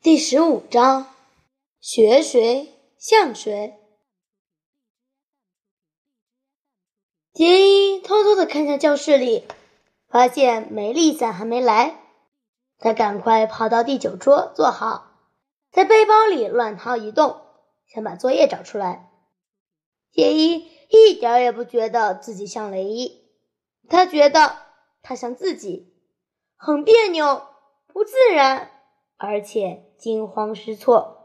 第15章，学谁像谁。杰伊偷偷地看向教室里，发现梅丽莎还没来。他赶快跑到第9桌坐好，在背包里乱掏一通，想把作业找出来。杰伊一点也不觉得自己像雷伊，他觉得他像自己，很别扭，不自然，而且惊慌失措。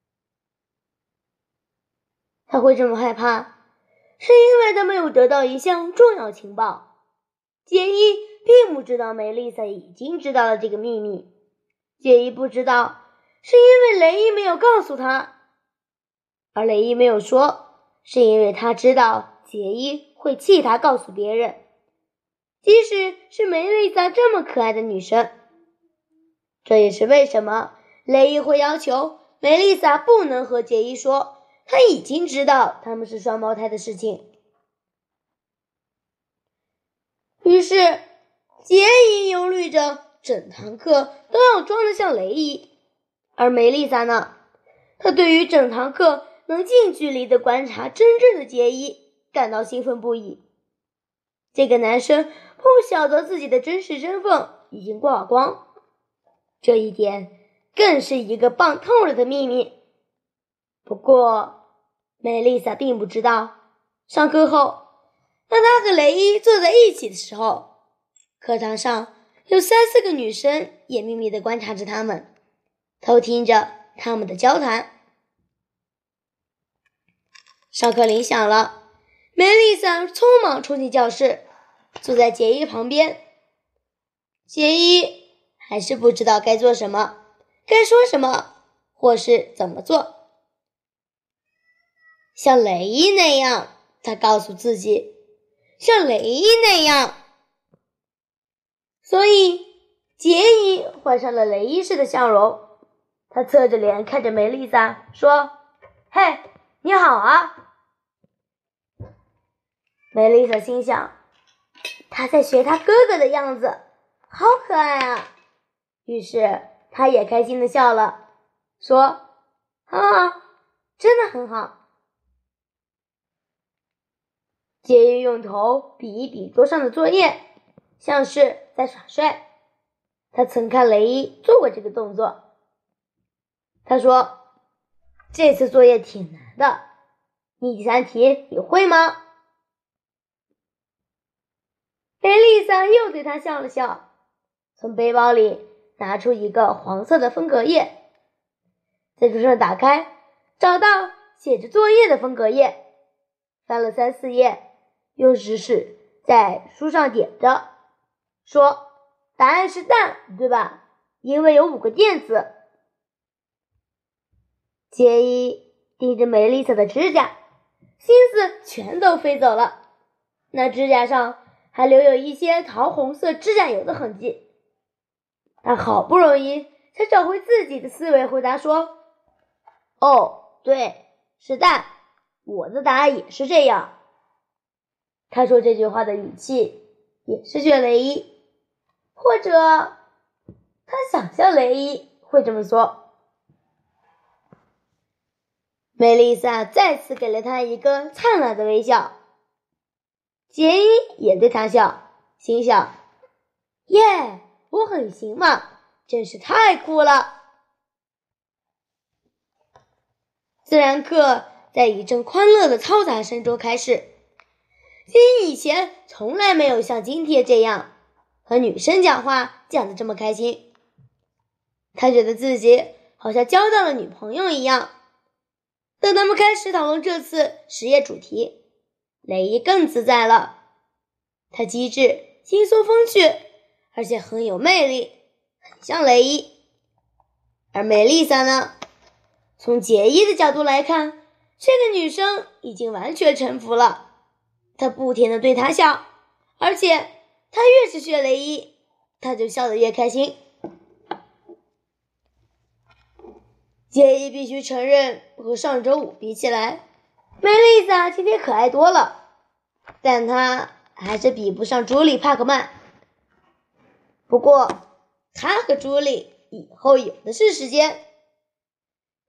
他会这么害怕，是因为他没有得到一项重要情报。杰伊并不知道梅丽莎已经知道了这个秘密，杰伊不知道是因为雷伊没有告诉他，而雷伊没有说，是因为他知道杰伊会气他告诉别人，即使是梅丽莎这么可爱的女生。这也是为什么雷伊会要求梅丽莎不能和杰伊说他已经知道他们是双胞胎的事情。于是杰伊忧虑着整堂课都要装得像雷伊，而梅丽莎呢，她对于整堂课能近距离地观察真正的杰伊感到兴奋不已。这个男生不晓得自己的真实身份已经曝光，这一点更是一个棒透了的秘密。不过梅丽莎并不知道，上课后当她和雷伊坐在一起的时候，课堂上有3-4个女生也秘密地观察着他们，偷听着他们的交谈。上课铃响了，梅丽莎匆忙冲进教室，坐在杰伊旁边。杰伊还是不知道该做什么，该说什么，或是怎么做。像雷伊那样，他告诉自己，像雷伊那样。所以杰伊换上了雷伊式的笑容，他侧着脸看着梅丽莎说：嘿，你好啊。梅丽莎心想，他在学他哥哥的样子，好可爱啊。于是他也开心地笑了，说：很好，真的很好。杰伊用头比一比桌上的作业，像是在耍帅。他曾看雷伊做过这个动作。他说：这次作业挺难的，你第3题你会吗？梅丽莎又对他笑了笑，从背包里拿出一个黄色的分隔页，在桌上打开，找到写着作业的分隔页，翻了3-4页，用食指在书上点着，说：答案是蛋，对吧？因为有5个电子。杰伊盯着梅丽莎的指甲，心思全都飞走了，那指甲上还留有一些桃红色指甲油的痕迹。他好不容易才找回自己的思维，回答说：哦，对，是蛋，我的答案也是这样。他说这句话的语气也是学雷伊，或者他想象雷伊会这么说。梅丽莎再次给了他一个灿烂的微笑，杰伊也对他笑，心想：耶，我很行嘛，真是太酷了。自然课在一阵欢乐的嘈杂声中开始。杰伊以前从来没有像今天这样和女生讲话讲得这么开心，他觉得自己好像交到了女朋友一样。等他们开始讨论这次实验主题，雷伊更自在了，他机智、轻松、风趣，而且很有魅力，很像雷伊。而梅丽莎呢，从杰伊的角度来看，这个女生已经完全臣服了，她不停地对他笑，而且她越是学雷伊，她就笑得越开心。杰伊必须承认，和上周五比起来，梅丽莎今天可爱多了，但她还是比不上朱莉·帕克曼。不过她和朱莉以后有的是时间，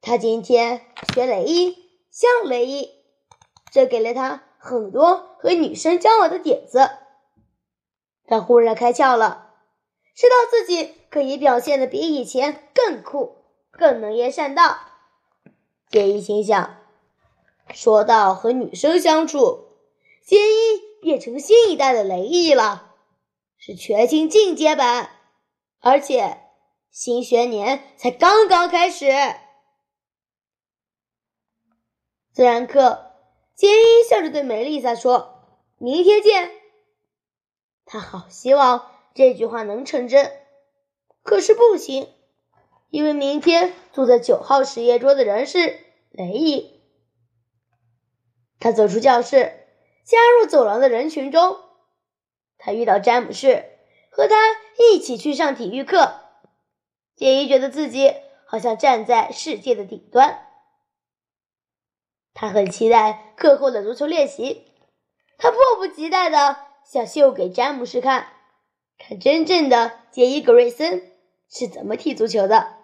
他今天学雷伊，像雷伊，这给了他很多和女生交往的点子。他忽然开窍了，知道自己可以表现得比以前更酷，更能言善道。杰伊心想，说到和女生相处，杰伊变成新一代的雷伊了，是全新进阶版，而且新学年才刚刚开始。自然课，杰伊笑着对梅丽莎说：“明天见。”他好希望这句话能成真，可是不行，因为明天坐在9号实验桌的人是雷伊。他走出教室，加入走廊的人群中。他遇到詹姆士，和他一起去上体育课。杰伊觉得自己好像站在世界的顶端。他很期待课后的足球练习，他迫不及待地想秀给詹姆士看，看真正的杰伊·格瑞森是怎么踢足球的。